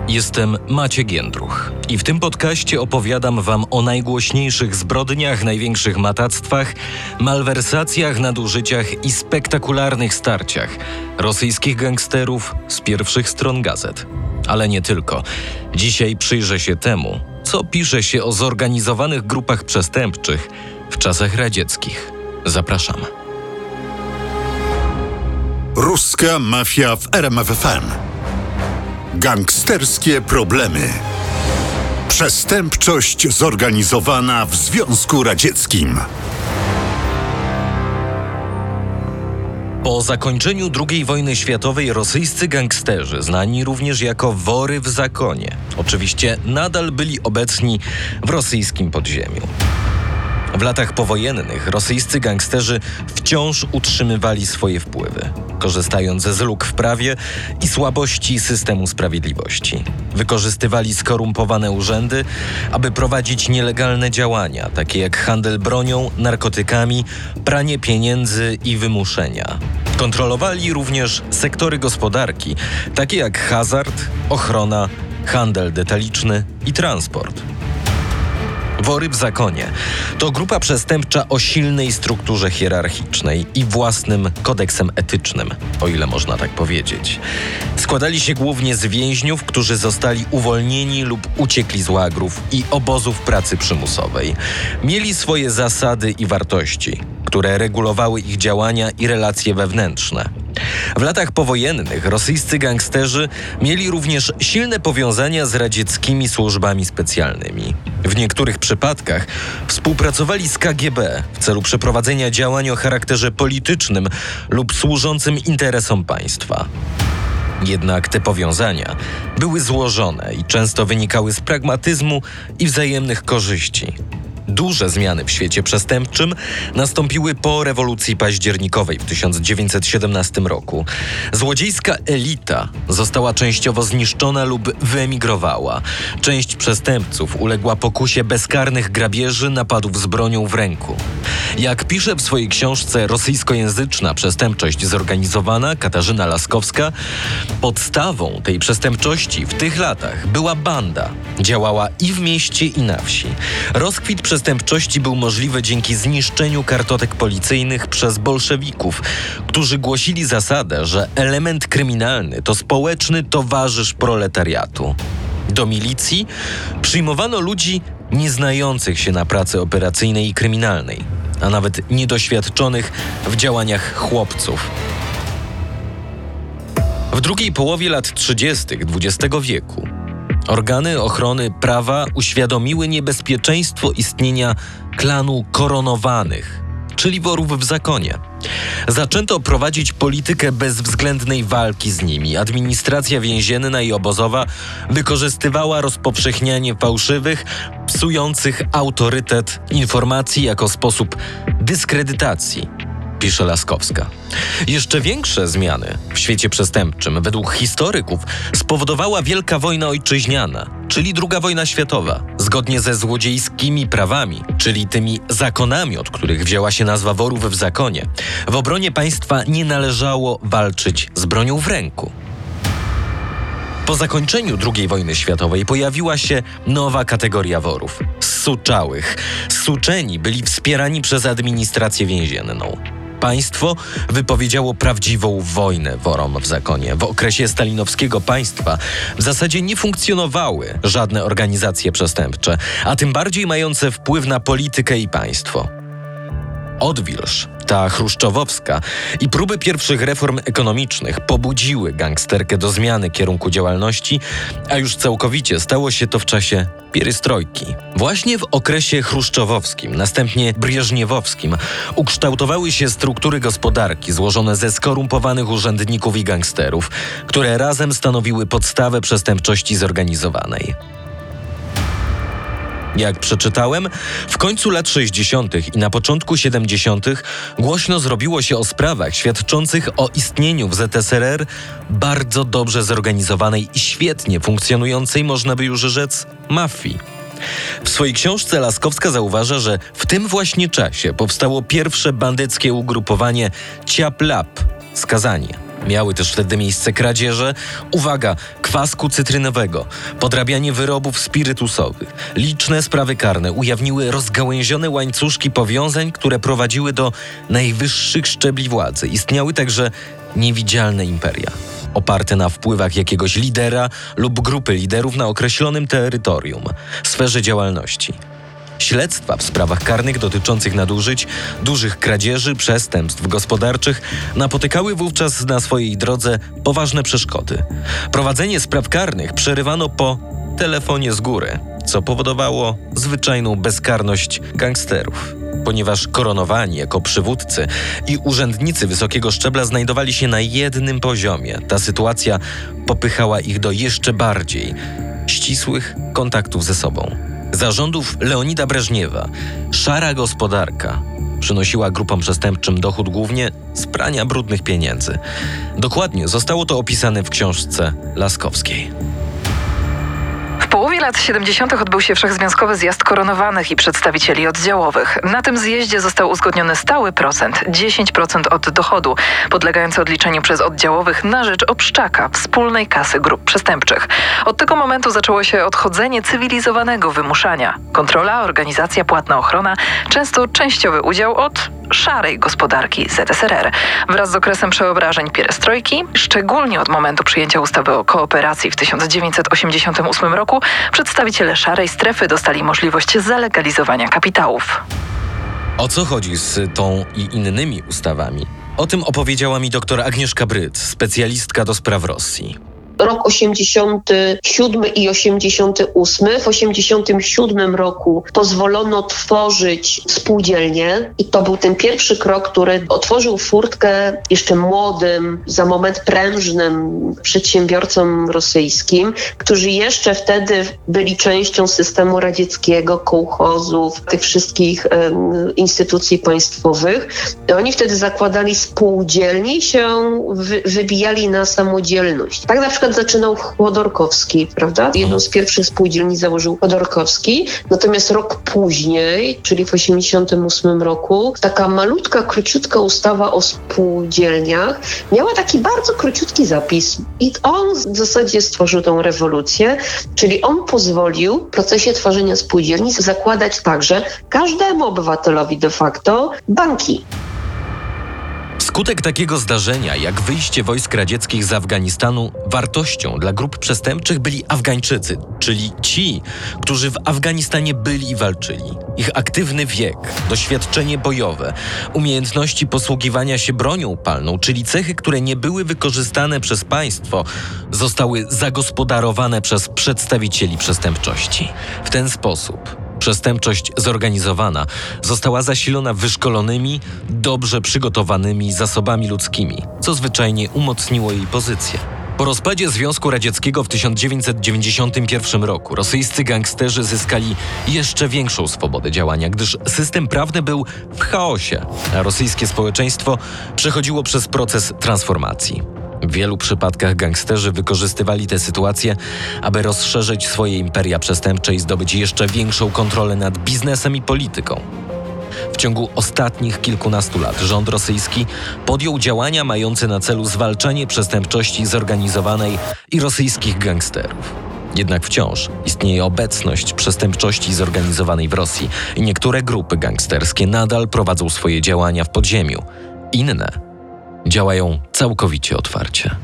Jestem Maciek Jędruch i w tym podcaście opowiadam wam o najgłośniejszych zbrodniach, największych matactwach, malwersacjach, nadużyciach i spektakularnych starciach rosyjskich gangsterów z pierwszych stron gazet. Ale nie tylko. Dzisiaj przyjrzę się temu, co pisze się o zorganizowanych grupach przestępczych w czasach radzieckich. Zapraszam. Ruska mafia w RMF FM. Gangsterskie problemy. Przestępczość zorganizowana w Związku Radzieckim. Po zakończeniu II wojny światowej rosyjscy gangsterzy, znani również jako wory w zakonie, oczywiście nadal byli obecni w rosyjskim podziemiu. W latach powojennych rosyjscy gangsterzy wciąż utrzymywali swoje wpływy, korzystając z luk w prawie i słabości systemu sprawiedliwości. Wykorzystywali skorumpowane urzędy, aby prowadzić nielegalne działania, takie jak handel bronią, narkotykami, pranie pieniędzy i wymuszenia. Kontrolowali również sektory gospodarki, takie jak hazard, ochrona, handel detaliczny i transport. Wory w zakonie to grupa przestępcza o silnej strukturze hierarchicznej i własnym kodeksem etycznym, o ile można tak powiedzieć. Składali się głównie z więźniów, którzy zostali uwolnieni lub uciekli z łagrów i obozów pracy przymusowej. Mieli swoje zasady i wartości, które regulowały ich działania i relacje wewnętrzne. W latach powojennych rosyjscy gangsterzy mieli również silne powiązania z radzieckimi służbami specjalnymi. W niektórych przypadkach współpracowali z KGB w celu przeprowadzenia działań o charakterze politycznym lub służącym interesom państwa. Jednak te powiązania były złożone i często wynikały z pragmatyzmu i wzajemnych korzyści. Duże zmiany w świecie przestępczym nastąpiły po rewolucji październikowej w 1917 roku. Złodziejska elita została częściowo zniszczona lub wyemigrowała. Część przestępców uległa pokusie bezkarnych grabieży, napadów z bronią w ręku. Jak pisze w swojej książce Rosyjskojęzyczna przestępczość zorganizowana Katarzyna Laskowska, podstawą tej przestępczości w tych latach była banda. Działała i w mieście, i na wsi. Rozkwit przestępczości był możliwy dzięki zniszczeniu kartotek policyjnych przez bolszewików, którzy głosili zasadę, że element kryminalny to społeczny towarzysz proletariatu. Do milicji przyjmowano ludzi nieznających się na pracy operacyjnej i kryminalnej, a nawet niedoświadczonych w działaniach chłopców. W drugiej połowie lat 30. XX wieku organy ochrony prawa uświadomiły niebezpieczeństwo istnienia klanu koronowanych, czyli worów w zakonie. Zaczęto prowadzić politykę bezwzględnej walki z nimi. Administracja więzienna i obozowa wykorzystywała rozpowszechnianie fałszywych, psujących autorytet informacji jako sposób dyskredytacji, pisze Laskowska. Jeszcze większe zmiany w świecie przestępczym według historyków spowodowała Wielka Wojna Ojczyźniana, czyli II wojna światowa. Zgodnie ze złodziejskimi prawami, czyli tymi zakonami, od których wzięła się nazwa worów w zakonie, w obronie państwa nie walczyć z bronią w ręku. Po zakończeniu II wojny światowej pojawiła się nowa kategoria worów – zsuczałych. Zsuczeni byli wspierani przez administrację więzienną. Państwo wypowiedziało prawdziwą wojnę worom w zakonie. W okresie stalinowskiego państwa w zasadzie nie funkcjonowały żadne organizacje przestępcze, a tym bardziej mające wpływ na politykę i państwo. Odwilż, ta chruszczowowska i próby pierwszych reform ekonomicznych pobudziły gangsterkę do zmiany kierunku działalności, a już całkowicie stało się to w czasie pierystrojki. Właśnie w okresie chruszczowowskim, następnie brieżniewowskim ukształtowały się struktury gospodarki złożone ze skorumpowanych urzędników i gangsterów, które razem stanowiły podstawę przestępczości zorganizowanej. Jak przeczytałem, w końcu lat 60. i na początku 70. głośno zrobiło się o sprawach świadczących o istnieniu w ZSRR bardzo dobrze zorganizowanej i świetnie funkcjonującej, można by już rzec, mafii. W swojej książce Laskowska zauważa, że w tym właśnie czasie powstało pierwsze bandyckie ugrupowanie Ciap-Lap z Kazani. Miały też wtedy miejsce kradzieże, uwaga, kwasku cytrynowego, podrabianie wyrobów spirytusowych. Liczne sprawy karne ujawniły rozgałęzione łańcuszki powiązań, które prowadziły do najwyższych szczebli władzy. Istniały także niewidzialne imperia, oparte na wpływach jakiegoś lidera lub grupy liderów na określonym terytorium, sferze działalności. Śledztwa w sprawach karnych dotyczących nadużyć, dużych kradzieży, przestępstw gospodarczych napotykały wówczas na swojej drodze poważne przeszkody. Prowadzenie spraw karnych przerywano po telefonie z góry, co powodowało zwyczajną bezkarność gangsterów. Ponieważ koronowani jako przywódcy i urzędnicy wysokiego szczebla znajdowali się na jednym poziomie, ta sytuacja popychała ich do jeszcze bardziej ścisłych kontaktów ze sobą. Za rządów Leonida Breżniewa szara gospodarka przynosiła grupom przestępczym dochód głównie z prania brudnych pieniędzy. Dokładnie zostało to opisane w książce Laskowskiej. W połowie lat 70. odbył się wszechzwiązkowy zjazd koronowanych i przedstawicieli oddziałowych. Na tym zjeździe został uzgodniony stały procent, 10% od dochodu, podlegający odliczeniu przez oddziałowych na rzecz obszczaka, wspólnej kasy grup przestępczych. Od tego momentu zaczęło się odchodzenie cywilizowanego wymuszania. Kontrola, organizacja, płatna ochrona, często częściowy udział od szarej gospodarki ZSRR. Wraz z okresem przeobrażeń pierestrojki, szczególnie od momentu przyjęcia ustawy o kooperacji w 1988 roku, przedstawiciele szarej strefy dostali możliwość zalegalizowania kapitałów. O co chodzi z tą i innymi ustawami? O tym opowiedziała mi dr Agnieszka Bryc, specjalistka do spraw Rosji. Rok 87 i 88. W 87 roku pozwolono tworzyć spółdzielnie i to był ten pierwszy krok, który otworzył furtkę jeszcze młodym, za moment prężnym przedsiębiorcom rosyjskim, którzy jeszcze wtedy byli częścią systemu radzieckiego, kołchozów, tych wszystkich instytucji państwowych. Oni wtedy zakładali spółdzielnie i się wybijali na samodzielność. Tak na przykład zaczynał Chodorkowski, prawda? Jedną z pierwszych spółdzielni założył Chodorkowski, natomiast rok później, czyli w 1988 roku, taka malutka, króciutka ustawa o spółdzielniach miała taki bardzo króciutki zapis i on w zasadzie stworzył tą rewolucję, czyli on pozwolił w procesie tworzenia spółdzielni zakładać także każdemu obywatelowi de facto banki. Wskutek takiego zdarzenia, jak wyjście wojsk radzieckich z Afganistanu, wartością dla grup przestępczych byli Afgańczycy, czyli ci, którzy w Afganistanie byli i walczyli. Ich aktywny wiek, doświadczenie bojowe, umiejętności posługiwania się bronią palną, czyli cechy, które nie były wykorzystane przez państwo, zostały zagospodarowane przez przedstawicieli przestępczości. W ten sposób przestępczość zorganizowana została zasilona wyszkolonymi, dobrze przygotowanymi zasobami ludzkimi, co zwyczajnie umocniło jej pozycję. Po rozpadzie Związku Radzieckiego w 1991 roku rosyjscy gangsterzy zyskali jeszcze większą swobodę działania, gdyż system prawny był w chaosie, a rosyjskie społeczeństwo przechodziło przez proces transformacji. W wielu przypadkach gangsterzy wykorzystywali tę sytuację, aby rozszerzyć swoje imperia przestępcze i zdobyć jeszcze większą kontrolę nad biznesem i polityką. W ciągu ostatnich kilkunastu lat rząd rosyjski podjął działania mające na celu zwalczanie przestępczości zorganizowanej i rosyjskich gangsterów. Jednak wciąż istnieje obecność przestępczości zorganizowanej w Rosji i niektóre grupy gangsterskie nadal prowadzą swoje działania w podziemiu. Inne działają całkowicie otwarcie.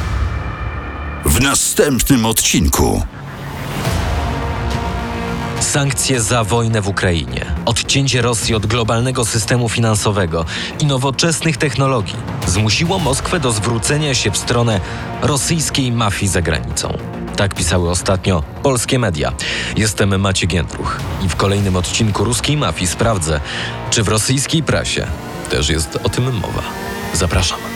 W następnym odcinku. Sankcje za wojnę w Ukrainie, odcięcie Rosji od globalnego systemu finansowego i nowoczesnych technologii zmusiło Moskwę do zwrócenia się w stronę rosyjskiej mafii za granicą. Tak pisały ostatnio polskie media. Jestem Maciej Giędruch i w kolejnym odcinku Ruskiej Mafii sprawdzę, czy w rosyjskiej prasie też jest o tym mowa. Zapraszam.